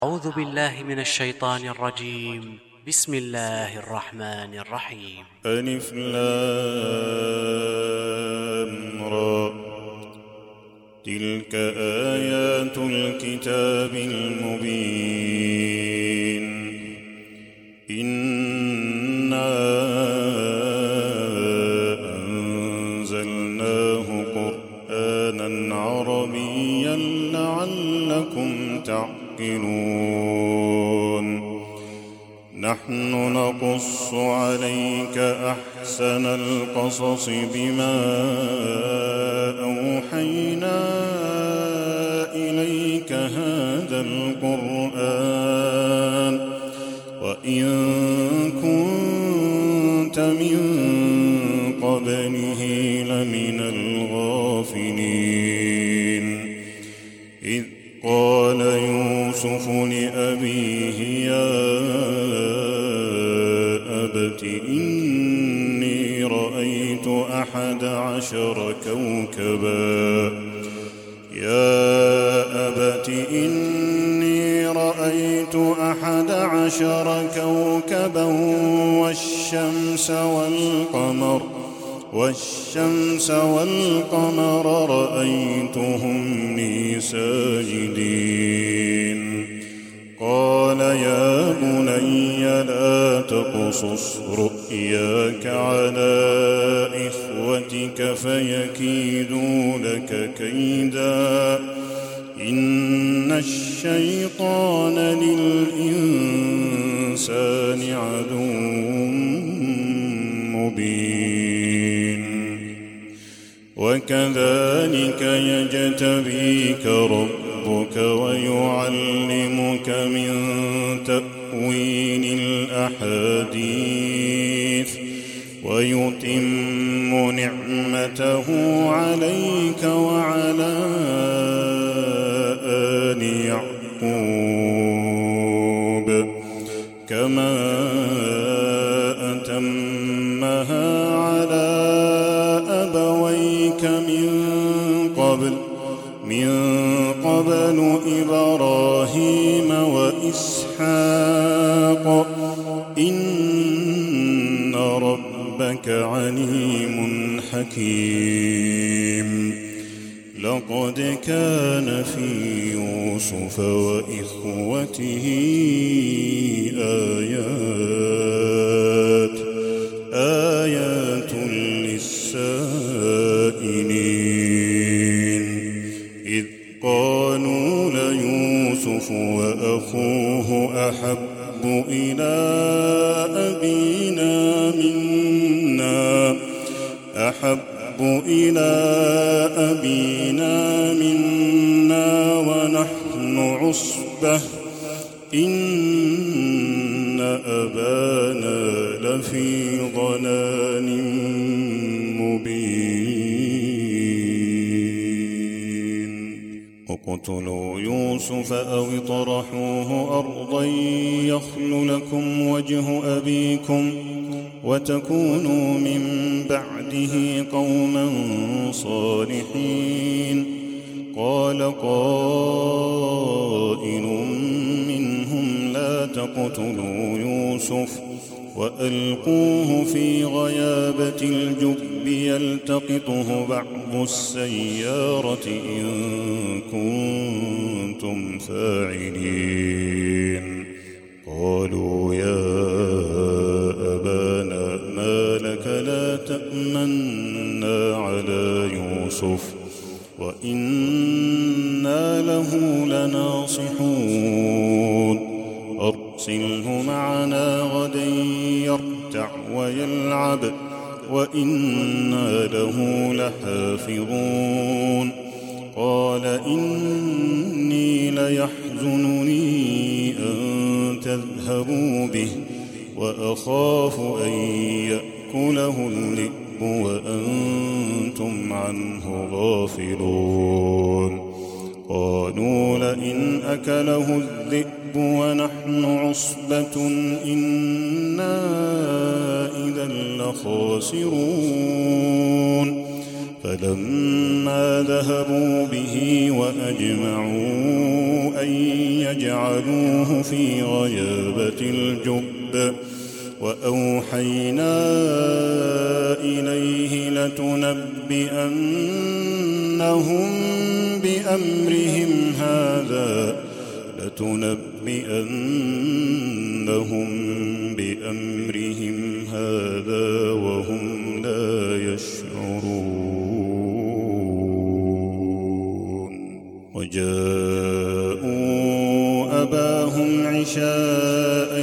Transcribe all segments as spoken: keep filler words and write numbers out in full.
أعوذ بالله من الشيطان الرجيم. بسم الله الرحمن الرحيم. ألف لام را. تلك آيات الكتاب المبين. إنا أنزلناه قرآنا عربيا لعلكم تعقلون. نحن نقص عليك أحسن القصص بما أوحينا إليك هذا القرآن وإن كنت من قبله لمن الغافلين. إذ قال يوسف لأبيه يا أبت إني رأيت أحد عشر كوكبا يا أبت إني رأيت أحد عشر كوكبا والشمس والقمر والشمس والقمر رأيتهم لي ساجدين. قال يا بني لا تقصص رؤياك على إخوتك فيكيدوا لك كيدا إن الشيطان للإنسان عدو مبين. وكذلك يجتبيك ربك ويعلمك من تأويل الأحاديث ويتم نعمته عليك وعلى آل يعقوب كما أتمها على أبويك من قبل من قبل إبراهيم وإسحاق إن ربك عليم حكيم. لقد كان في يوسف وإخوته آيات آيات للسائلين إذ قالوا ليوسف وأخوه أحب إلى أبينا منا أحب إلى أبينا منا ونحن عصبة إن أبانا لفي ضلال مبين. اقتلوا يوسف أو اطرحوه أرضا يخل لكم وجه أبيكم وتكونوا من بعده قوما صالحين. قال قائل منهم لا تقتلوا يوسف وألقوه في غيابة الجب يلتقطه بعض السيارة إن كنتم فاعلين. قالوا يا أبانا ما لك لا تأمنا على يوسف وإنا له لناصحون. أرسله معنا غدا يرتع ويلعب وإنا له لحافظون. قال إني ليحزنني أن تذهبوا به وأخاف أن يأكله الذئب وأنتم عنه غافلون. قالوا لئن أكله الذئب ونحن عصبة إنا إذا لخاسرون. فلما ذهبوا به وأجمعوا أن يجعلوه في غيابة الجب وأوحينا إليه لتنبئنهم بأمرهم هذا لتنبئنهم بأمرهم هذا وهم لا يشعرون وجاءوا أباهم عشاء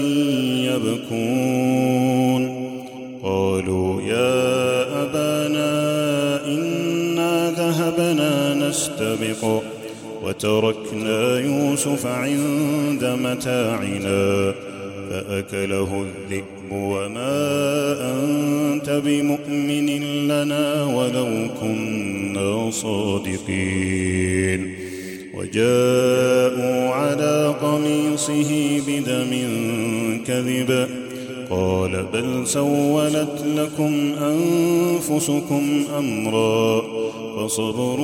يبكون قالوا يا أبانا إنا ذهبنا نستبق وتركنا يوسف عند متاعنا فأكله الذئب وما أنت بمؤمن لنا ولو كنا صادقين وجاءوا على قميصه بدم كذب قال بل سولت لكم أنفسكم أمرا فصبر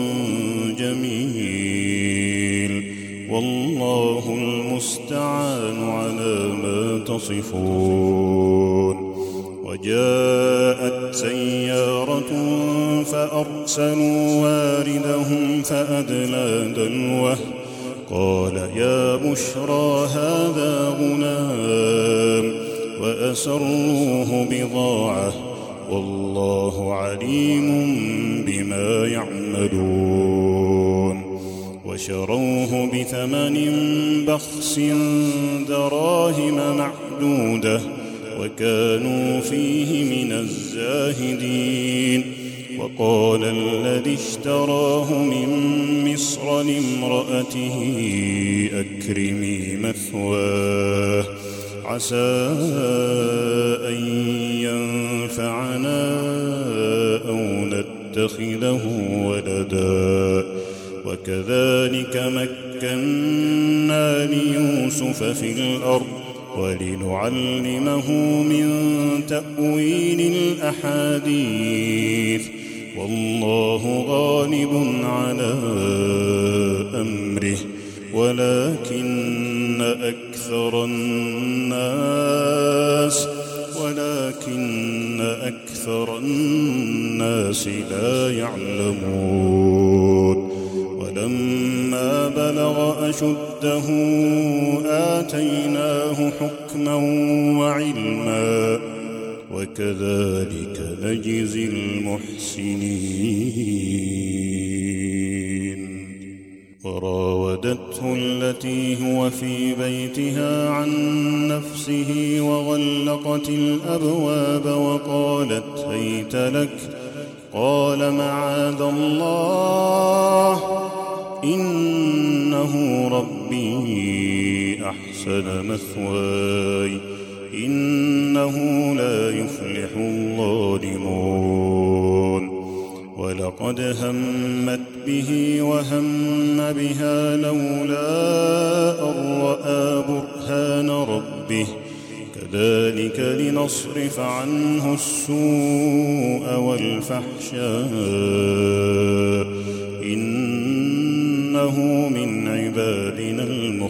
جميل والله المستعان على ما تصفون وجاءت سيارة فأرسلوا واردهم فأدلى دلوه قال يا بشرى هذا غلام وأسروه بضاعة والله عليم بما يعملون وشروه بثمن بخس دراهم معدودة وكانوا فيه من الزاهدين وقال الذي اشتراه من مصر لامرأته أكرمي مثواه عسى أن ينفعنا أو نتخذه ولدا وكذلك مكنا ليوسف في الأرض ولنعلمه من تأويل الأحاديث والله غالب على أمره ولكن أكثر الناس ولكن أكثر الناس لا يعلمون ولما بلغ أشده آتيناه حكما وعلما وكذلك نجزي المحسنين وراودته التي هو في بيتها عن نفسه وغلقت الأبواب وقالت هيت لك قال معاذ الله إنه ربي أحسن مثواي إنه لا يفلح الظالمون ولقد همت به وهم بها لولا أن رأى برهان ربه كذلك لنصرف عنه السوء والفحشاء إنه من عبادنا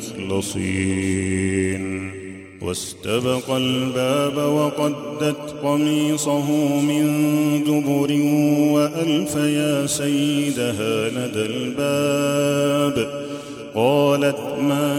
المخلصين واستبق الباب وقدت قميصه من دبر وألف يا سيدها لدى الباب قالت ما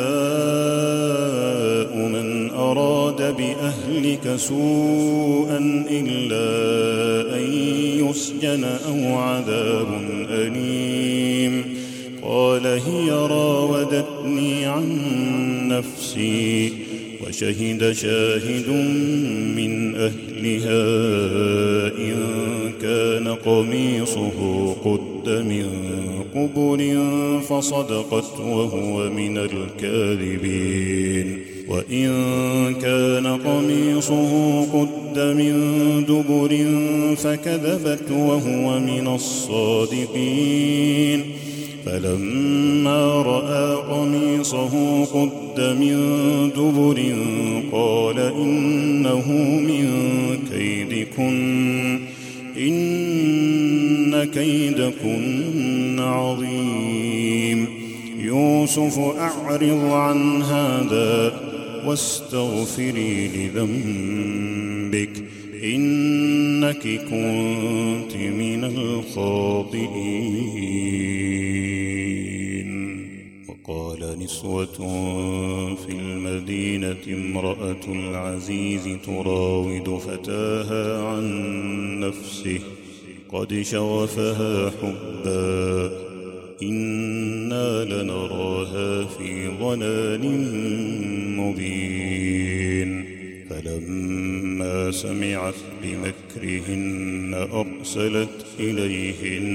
جزاء من أراد بأهلك سوءا إلا أن يسجن أو عذاب أليم قال هي راودتني عن نفسي وشهد شاهد من أهلها إن كان قميصه قد من قبل فصدقت وهو من الكاذبين وإن كان قميصه قد من دبر فكذبت وهو من الصادقين فلما رأى قميصه قد من دبر قال إنه من كيدكن إن كيدكن عظيم. يوسف أعرض عن هذا واستغفري لذنبك إنك كنت من الخاطئين. وقال نسوة في المدينة امرأة العزيز تراود فتاها عن نفسه قد شغفها حبا إنا لنراها في ضلال مبين. فلما سمعت بمكرهن أرسلت إليهن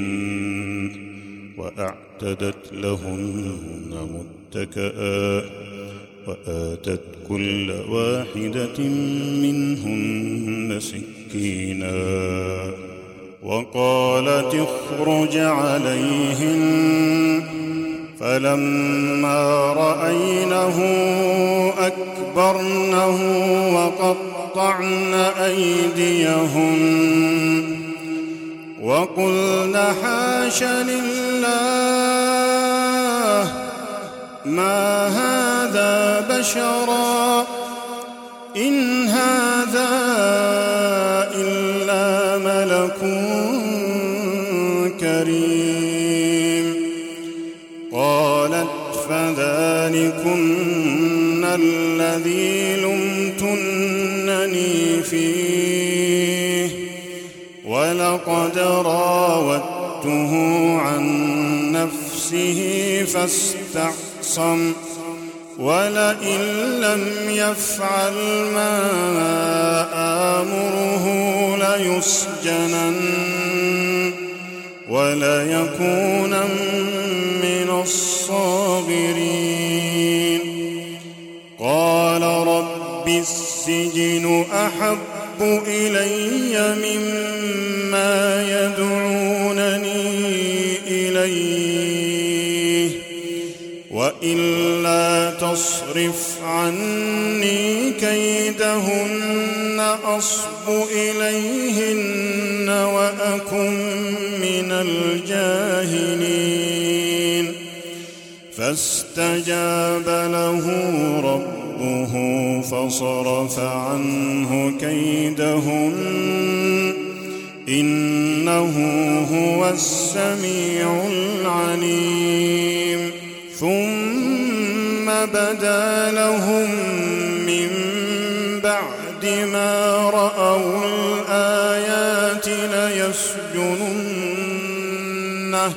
وأعتدت لهن متكئا وآتت كل واحدة منهن سكينا وقالت اخرج عليهن. فلما رأينه أكبرنه وقطعن أيديهن وقلن حاش لله ما هذا بشرا إن هذا إلا ملك كريم. قالت فذلكن الذي لمتنني فيه ولقد راودته عن نفسه فاستعصم ولئن لم يفعل ما آمره ليسجنن وليكونن من الصاغرين. قال رب السجن أحب إلي مما يدعونني إليه وإلا تصرف عني كيدهن أصب إليهن وأكن من الجاهلين. فاستجاب له ربه فصرف عنه كيدهن إنه هو السميع العليم. ثم بدا لهم من بعد ما رأوا الآيات ليسجننه,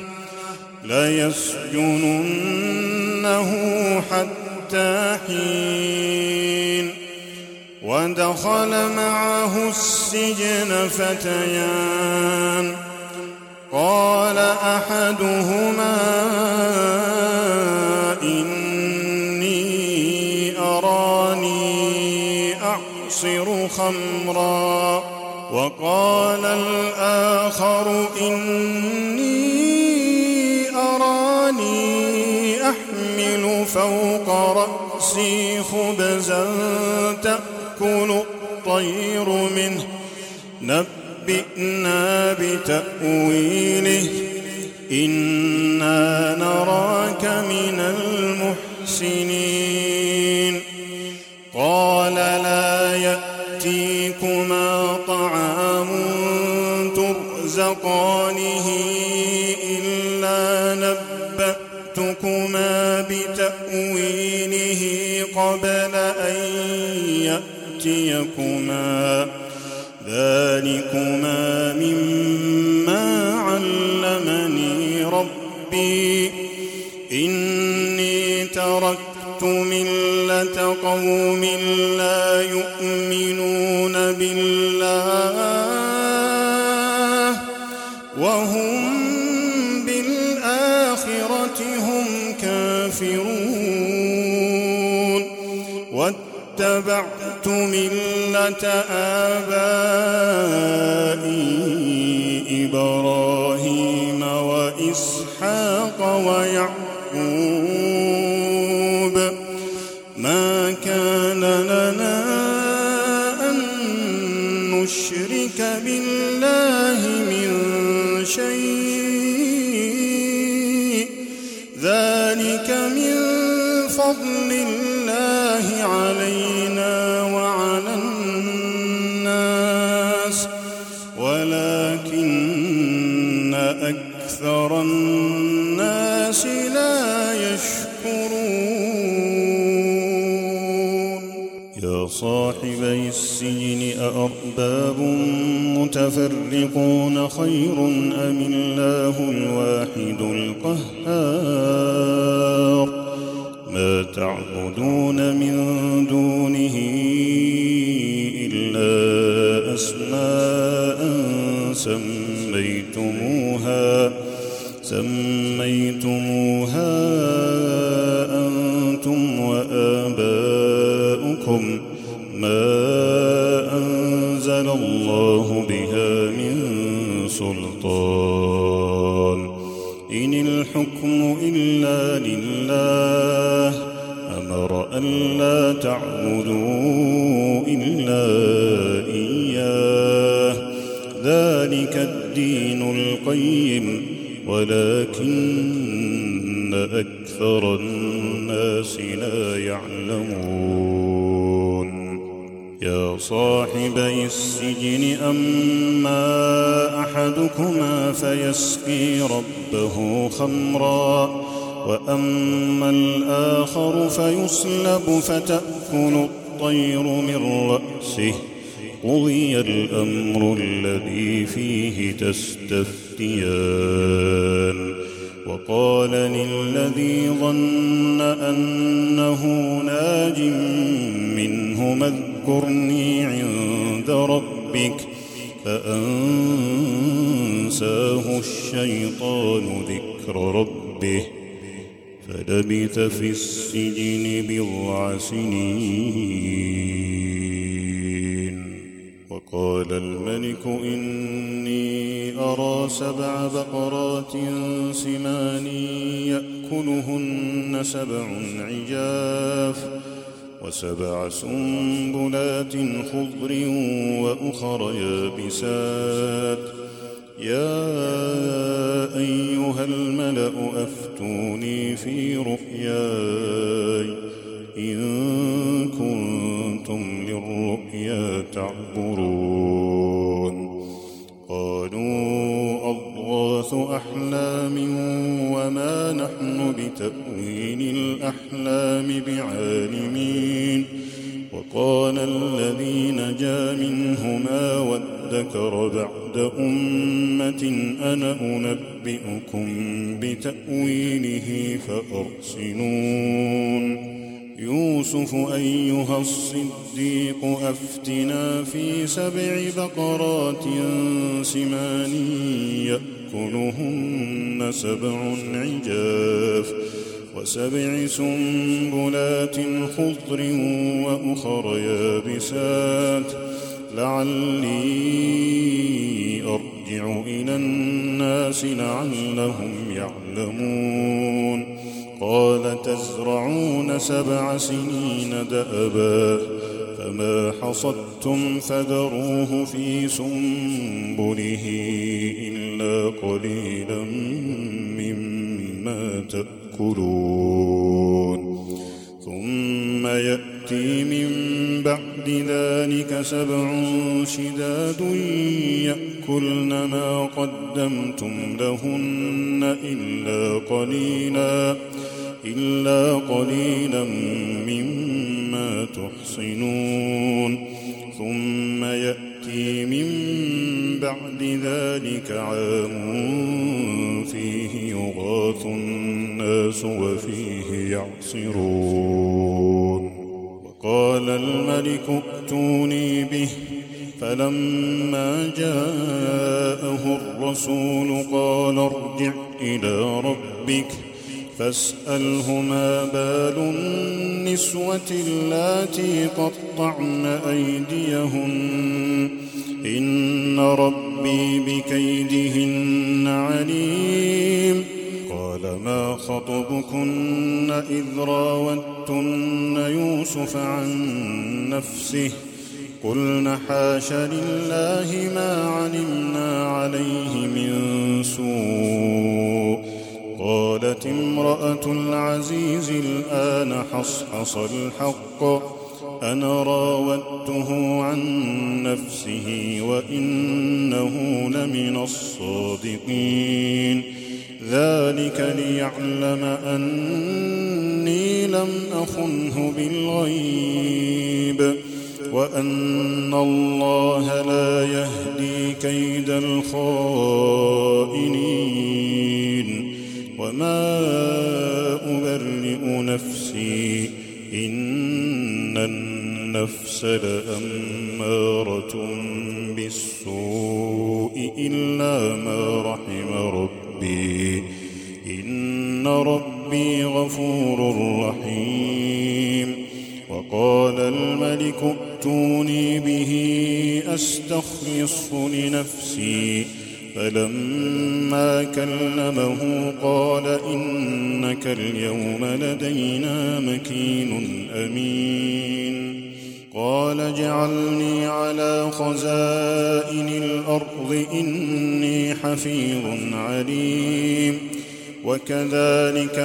ليسجننه حتى حين. ودخل معه السجن فتيان قال أحدهما إني أراني أعصر خمرا وقال الآخر إني أراني أحمل فوق رأسي خبزا تأكل الطير منه نبئنا بتأويله إنا نراك من المحسنين. قال لا يأتيكما طعام ترزقانه إلا نبأتكما بتأويله قبل أن يأتيكما ذلكما مما علمني ربي إني تركت ملة قوم لا يؤمنون بالله وهم بالآخرة هم كافرون واتبعت ملة آبائي إبراهيم وإسحاق ويعقوب ما كان لنا أن يشرك بالله من شيء ذلك من فضل الله علينا وعلى الناس ولكن أكثر الناس لا يشكرون يا صاحبي السجن أأرباب متفرقون خير أم الله الواحد القهار ما تعبدون من دونه إلا أسماء سميتموها سميتموها أنتم وآباؤكم ما أنزل الله بها من سلطان إن الحكم إلا لله أمر ألا تعبدوا إلا إياه ذلك الدين القيم ولكن أكثر الناس لا يعلمون يا صاحبي السجن أما أحدكما فيسقي ربه خمرا وأما الآخر فيصلب فتأكل الطير من رأسه قضي الأمر الذي فيه تستفتيان وقال للذي ظن أنه ناج منهما اذكرني عند ربك فأنساه الشيطان ذكر ربه فلبث في السجن بضع سنين وقال الملك إني أرى سبع بقرات سمان يأكلهن سبع عجاف وسبع سنبلات خضر وأخر يابسات يا أيها الملأ أفتوني في رؤياي إن كنتم للرؤيا تعبرون قالوا أضغاث أحلام وما نحن بتأويل الأحلام بعالمين وقال الذي نجا منهما وادكر بعد أمة أنا أنبئكم بتأويله فأرسلون يوسف أيها الصديق أفتنا في سبع بقرات سمان يأكلهن سبع عجاف وسبع سنبلات خضر وأخر يابسات لعلي أرجع إلى الناس لعلهم يعلمون قال تزرعون سبع سنين دأبا فما حصدتم فذروه في سنبله إلا قليلا مما تأكلون ثم يأتي من بعد ذلك سبع شداد يأكلن ما قدمتم لهن إلا قليلا إلا قليلا مما تحصنون ثم يأتي من بعد ذلك عام فيه يغاث الناس وفيه يعصرون وقال الملك ائتوني به فلما جاءه الرسول قال ارجع إلى ربك فاسأله ما بال النسوة اللاتي قطعن أيديهن إن ربي بكيدهن عليم قال ما خطبكن إذ راوتن يوسف عن نفسه قلنا حاش لله ما علمنا عليه من سوء. قالت امرأة العزيز الآن حصحص الحق أنا راودته عن نفسه وإنه لمن الصادقين. ذلك ليعلم أني لم أخنه بالغيب وأن الله لا يهدي كيد الخائنين. وما أبرئ نفسي إن النفس لأمارة بالسوء إلا ما رحم ربي إن ربي غفور رحيم. وقال الملك ائتوني به أستخلصه لنفسي فلما كلمه قال إنك اليوم لدينا مكين أمين. قال اجعلني على خزائن الأرض إني حفيظ عليم. وكذلك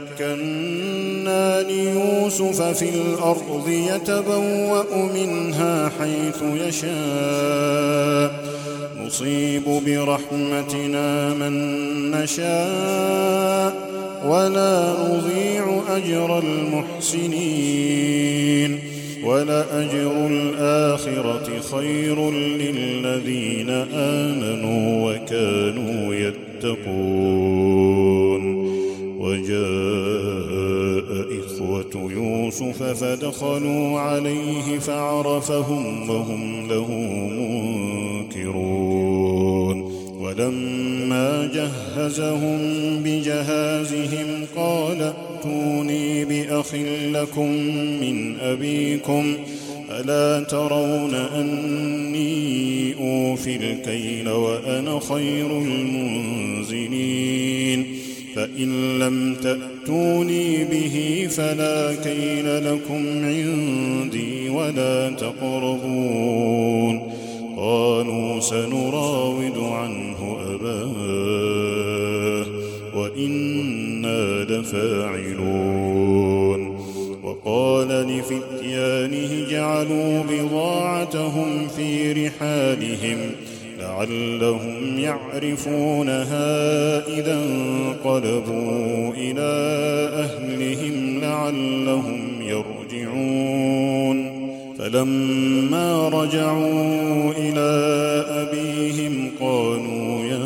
مكنا ليوسف في الأرض يتبوأ منها حيث يشاء نصيب برحمتنا من نشاء ولا نضيع أجر المحسنين. ولأجر الآخرة خير للذين آمنوا وكانوا يتقون. وجاء إخوة يوسف فدخلوا عليه فعرفهم وهم له منكرون. ولما جهزهم بجهازهم قال ائتوني بأخ لكم من أبيكم ألا ترون أني أوفي الكيل وأنا خير المنزلين. فإن لم تأتوني به فلا كيل لكم عندي ولا تقربون. قالوا سنراود عنه أباه وإنا لفاعلون. وقال لفتيانه جعلوا بضاعتهم في رحالهم لعلهم يعرفونها إذا انقلبوا إلى أهلهم لعلهم يرجعون. فلما رجعوا إلى أبيهم قالوا يا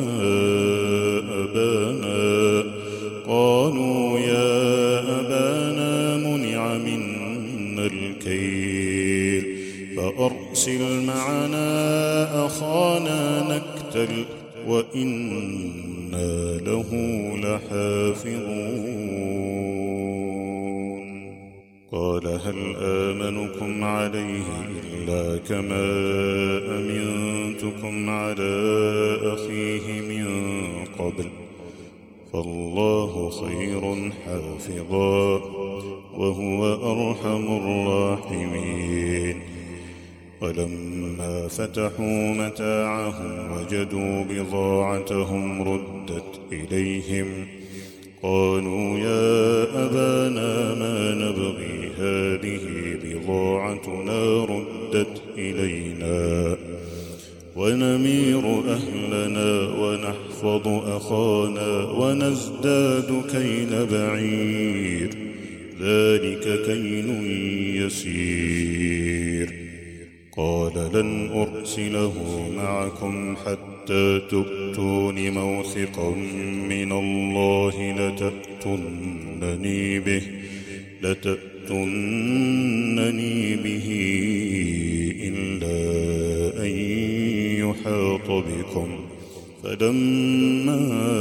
أبانا قالوا يا أبانا منع منا الكيل فأرسل معنا أخانا نكتل وإنا له لحافظون. قال هل آمنكم عليه إلا كما أمنتكم على أخيه من قبل فالله خير حافظا وهو أرحم الراحمين. ولما فتحوا متاعهم وجدوا بضاعتهم ردت إليهم قالوا يا أبانا ما نبغي هذه بضاعتنا ردت إلينا ونمير أهلنا ونحفظ أخانا ونزداد كيل بعير ذلك كيل يسير. قال لن أرسله معكم حتى تؤتون موثقا من الله لتأتونني به لتأتونني به إلا أن يحاط بكم. فلما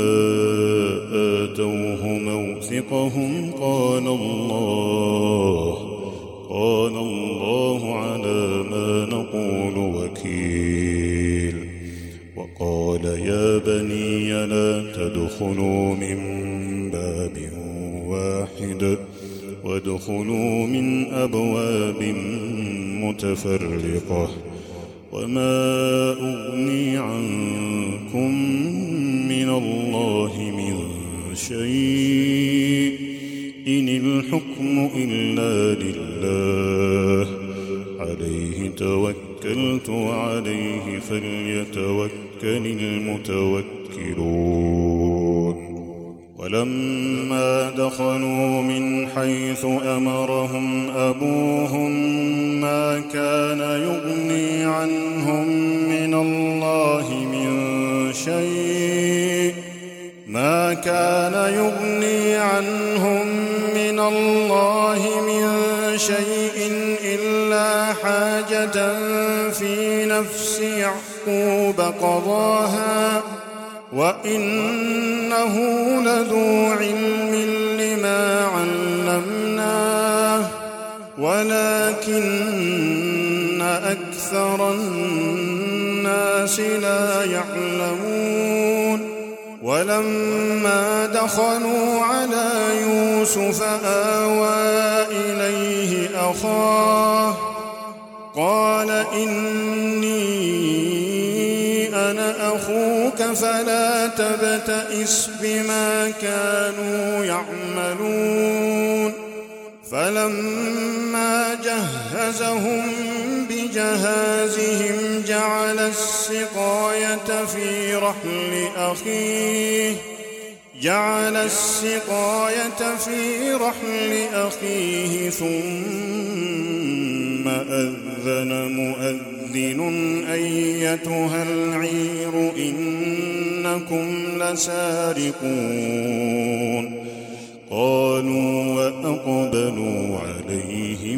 آتوه موثقهم قال الله قال الله على ما نقول وكيل. وقال يا بني لا تدخلوا من باب واحد وادخلوا من أبواب متفرقة وما أغني عنكم من الله من شيء إن الحكم إلا لله عليه توكلت وعليه فليتوكل المتوكلون ولما دخلوا من حيث أمرهم أبوهم ما كان يغني عنهم من الله من شيء ما كان يغني عنهم من الله من شيء إلا حاجة في نفس يعقوب قضاها وإنه لذو علم لما علمناه ولكن أكثر الناس لا يعلمون ولما دخلوا على يوسف آوى إليه أخاه قال إني أنا أخوك فلا تبتئس بما كانوا يعملون فلما جهزهم بجهازهم جعل السقاية في رحل أخيه جعل السقاية في رحل أخيه ثم أذن مؤذن أيتها العير إنكم لسارقون قالوا وأقبلوا عليهم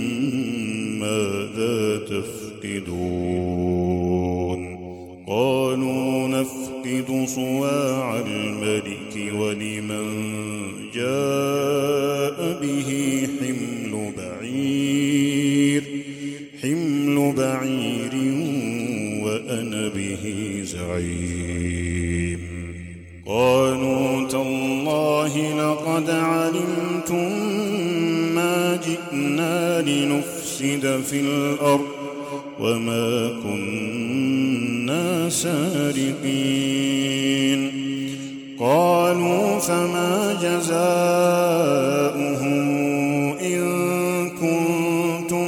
ماذا تفقدون قالوا نفقد صواع الملك ولمن جاء به حمل بعير حمل بعير وأنا به زعيم قالوا تالله لقد علمتم ما جئنا لنفسد في الأرض وما كنا سارقين قالوا فما جزاؤه إن كنتم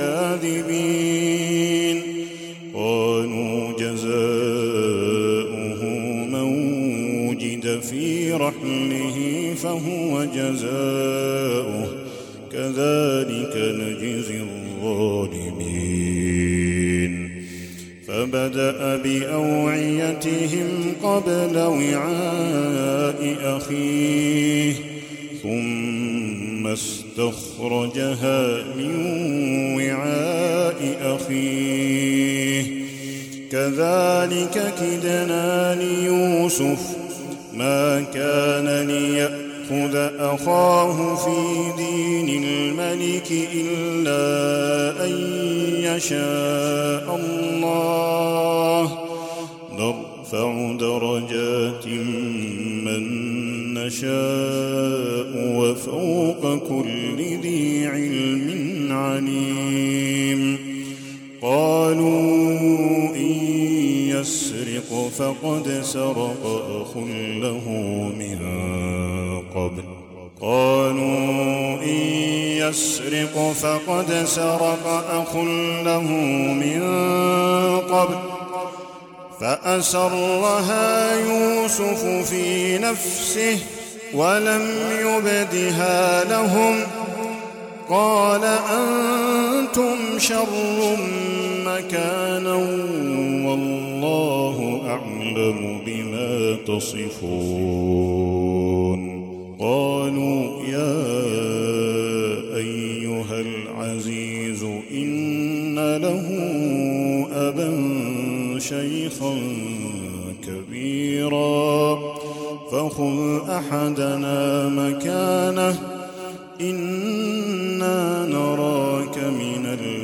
كاذبين قالوا جزاؤه من وجد في رحله فهو جزاؤه كذلك نجزي الظالمين فبدأ بأوعيتهم قبل وعاء أخيه ثم استخرجها من وعاء أخيه كذلك كدنا ليوسف ما كان ليأخذ أخاه في دين الملك إلا أن يشاء الله نرفع درجات من نشاء وفوق كل ذي علم عليم قالوا إن يسرق فقد سرق أخ له من قبل قالوا إن يسرق فقد سرق أخ له من قبل فأسرها يوسف في نفسه ولم يبدها لهم قال أنتم شر مكانا والله أعلم بما تصفون قالوا يا أيها العزيز إن له أبا شيخا كبيرا فخذ أحدنا مكانه إنا نراك من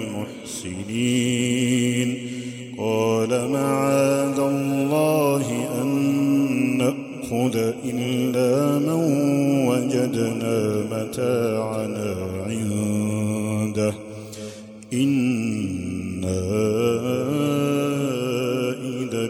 المحسنين قال معاذ الله أن نأخذ إلا من وجدنا متاعنا عنده إنا إذا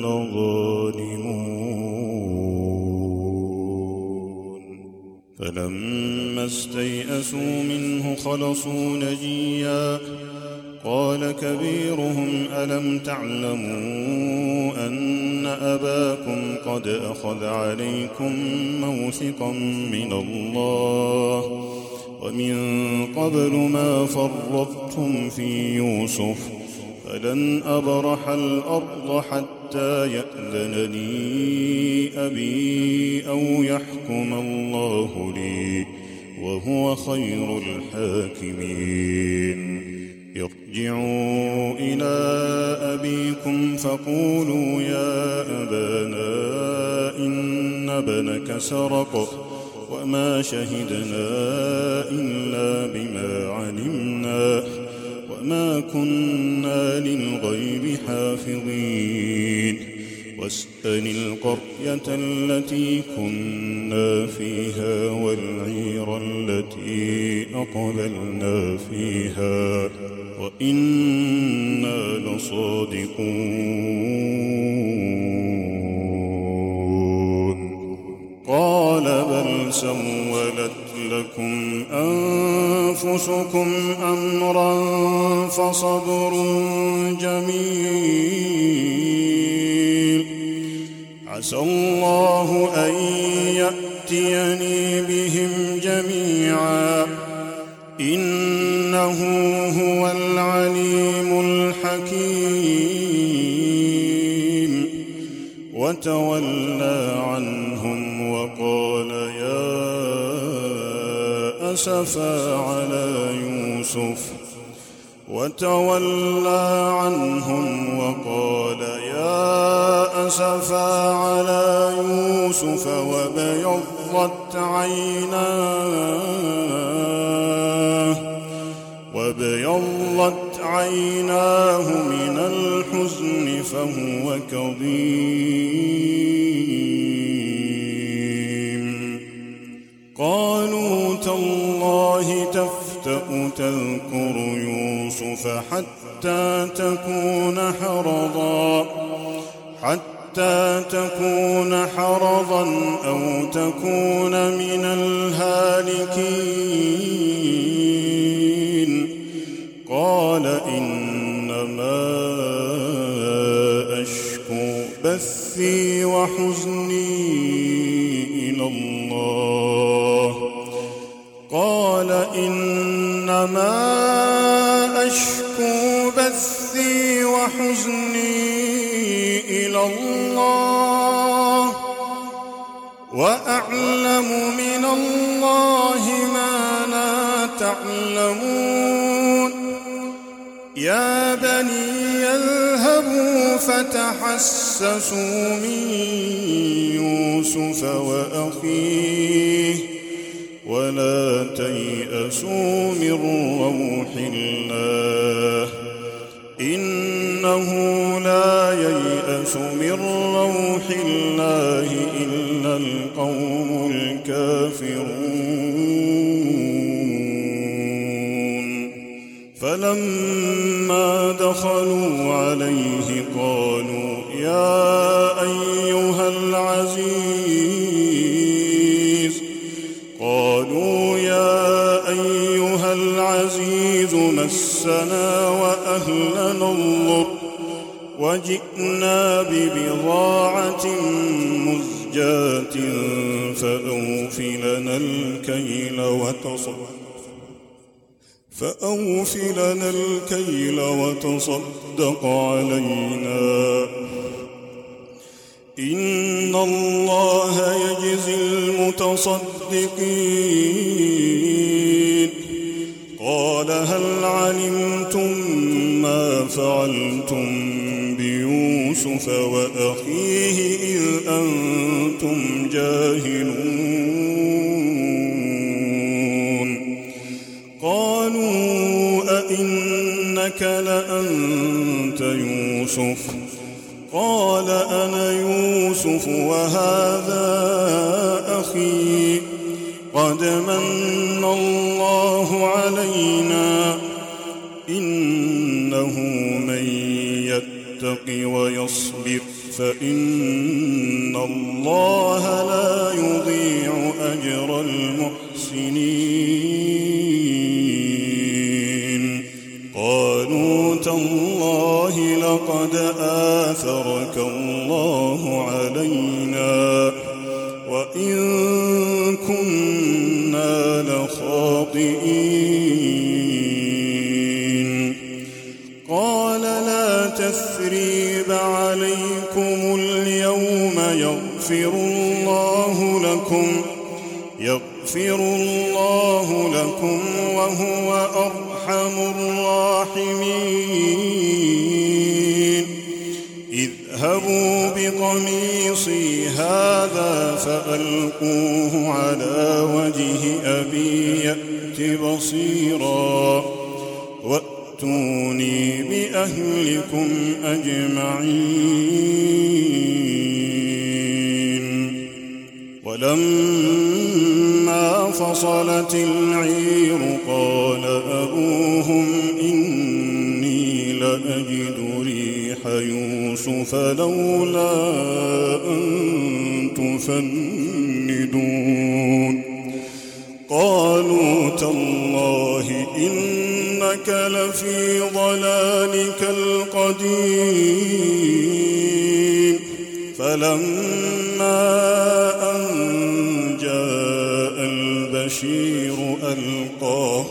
لظالمون فلما استيئسوا منه خلصوا نجيا قال كبيرهم ألم تعلموا أن أباكم قد أخذ عليكم موثقا من الله ومن قبل ما فرطتم في يوسف فلن أبرح الأرض حتى يأذن لي أبي أو يحكم الله لي وهو خير الحاكمين ارجعوا إلى أبيكم فقولوا يا أبانا إن ابنك سرق وما شهدنا إلا بما علمنا وما كنا للغيب حافظين واسأل القرية التي كنا فيها والعير التي أقبلنا فيها وإنا لصادقون قال بل سولت لكم أنفسكم أمرا فصبر جميل عسى الله أن يأتيني بهم جميعا إنه هو العليم الحكيم وتولى عنهم وقال يا أسفا على يوسف وتولى عنهم وقال يا أسفا على يوسف وابيضت عيناه وابيضت عيناه من الحزن فهو كظيم قالوا تالله تفتأ تذكر يوسف حتى تكون حرضا حتى تكون حرضا أو تكون من الهالكين قال إنما أشكو بثي وحزني إلى الله قال إنما أشكو بثي وحزني إلى الله وأعلم من الله ما لا تعلمون يا بني اذهبوا فتحسسوا من يوسف وأخيه ولا تيأسوا من روح الله إنه لا ييأس من روح الله إلا القوم الكافرون فلما دخلوا عليه قالوا يا أيها العزيز قالوا يا أيها العزيز مسنا وأهلنا الضر وجئنا ببضاعة مزجاة فأوف لنا الكيل وتصدق فأوف لنا الكيل وتصدق علينا إن الله يجزي المتصدقين قال هل علمتم ما فعلتم بيوسف وأخيه إذ أنتم جاهلون قالوا أئنك لأنت يوسف قال أنا يوسف وهذا أخي قد من الله علينا إن يتق ويصبر فإن الله لا يضيع أجر المحسنين. قالوا تالله لقد آثرك الله علينا وإن كنا لخاطئين. قال لا تثريب عليكم اليوم يغفر الله لكم يغفر الله لكم وهو أرحم الراحمين. اذهبوا بقميصي هذا فألقوه على وجه أبي يأت بصيرا وأتوني بأهلكم أجمعين. ولما فصلت العير قال أبوهم إني لأجد ريح يوسف لولا أن تفندون. قالوا تالله إنك لفي ضلالك القديم. فلما أن جاء البشير ألقاه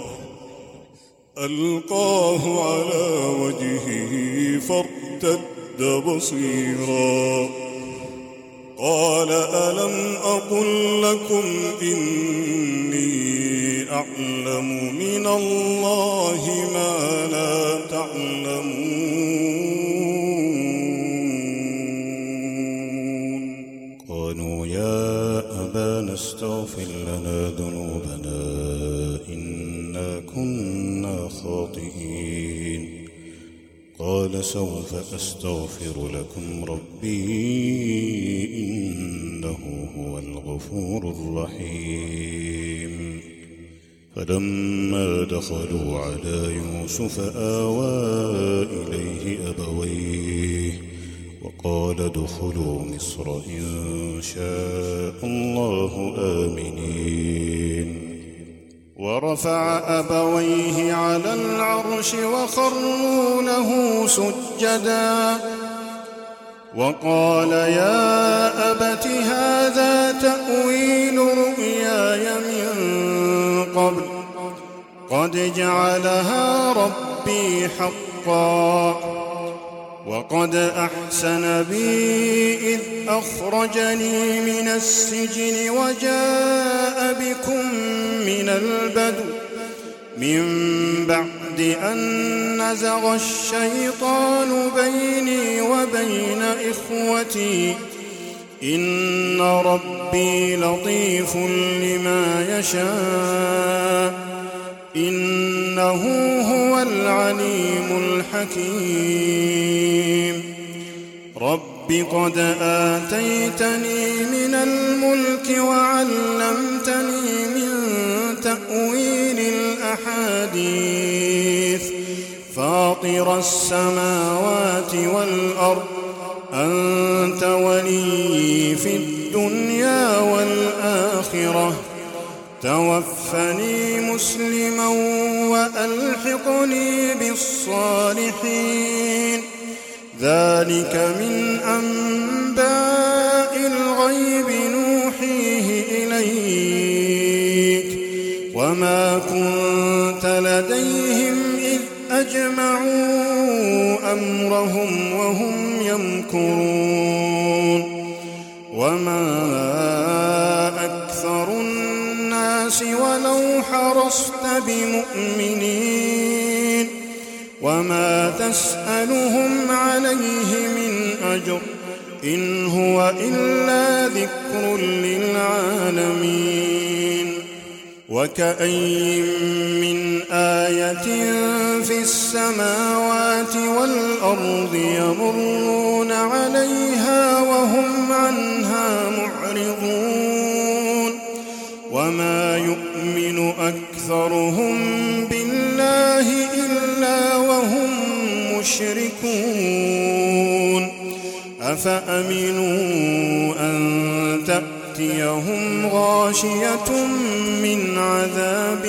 ألقاه على وجهه فارتد بصيرا. قال ألم أقل لكم إني أعلم من الله ما لا تعلمون. قالوا يا أبانا استغفر لنا ذنوبنا إنا كنا خاطئين. قال سوف أستغفر لكم ربي إنه هو الغفور الرحيم. فلما دخلوا على يوسف آوى إليه أبويه وقال ادخلوا مصر إن شاء الله آمنين. ورفع أبويه على العرش وخروا له سجدا وقال يا أبت هذا تأويل رؤياي من قبل قد جعلها ربي حقا وقد أحسن بي إذ أخرجني من السجن وجاء بكم من البدو من بعد أن نزغ الشيطان بيني وبين إخوتي إن ربي لطيف لما يشاء إنه هو العليم الحكيم. رب قد آتيتني من الملك وعلمتني من تأويل الأحاديث فاطر السماوات والأرض أنت ولي في الدنيا والآخرة توفني مسلما وألحقني بالصالحين. ذلك من أنباء الغيب نوحيه إليك وما كنت لديهم إذ أجمعوا أمرهم وهم يمكرون. وما أكثر الناس ولو حرصت بمؤمنين وما تسألهم عليه من أجر إن هو إلا ذكر للعالمين. وكأي من آية في السماوات والأرض يمرون عليها وهم عنها معرضون وما يؤمن أكثرهم بالله إلا وهم المشركون أفأمنوا أن تأتيهم غاشية من عذاب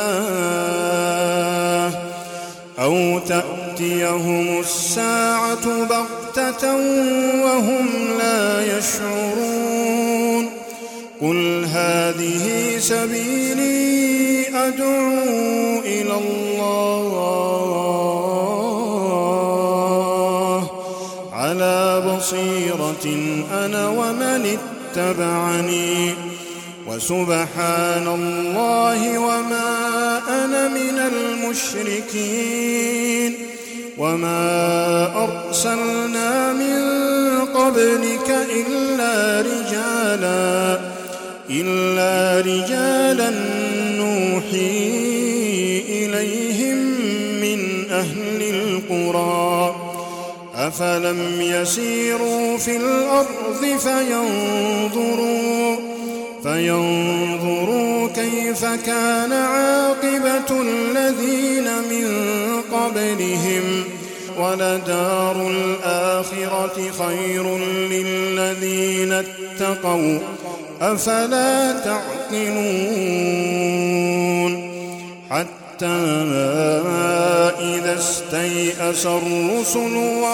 الله أو تأتيهم الساعة بغتة وهم لا يشعرون قل هذه سبيلي أدعو إلى الله على بصيرة أنا ومن اتبعني وسبحان الله وما أنا من المشركين وما أرسلنا من قبلك إلا رجالا إلا رجالا نوحي إليهم من أهل القرى أفلم يسيروا في الأرض فينظروا فينظروا كيف كان عاقبة الذين من قبلهم ولدار الآخرة خير للذين اتقوا أفلا تعقلون حتى إذا استيأس الرسل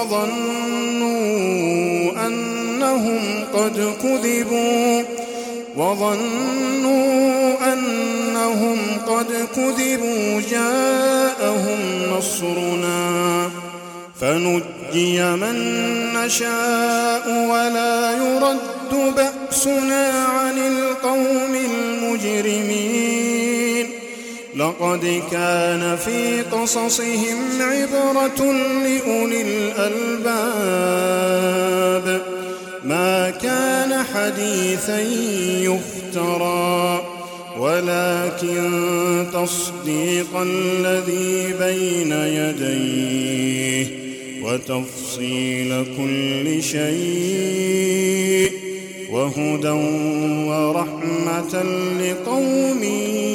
وظنوا أنهم قد كذبوا وظنوا أنهم قد كذبوا جاءهم نصرنا فنجي من نشاء ولا يرد بأسنا عن القوم المجرمين لقد كان في قصصهم عبرة لأولي الألباب ما كان حديثا يفترى ولكن تصديق الذي بين يديه وتفصيل كل شيء وهدى ورحمة لقوم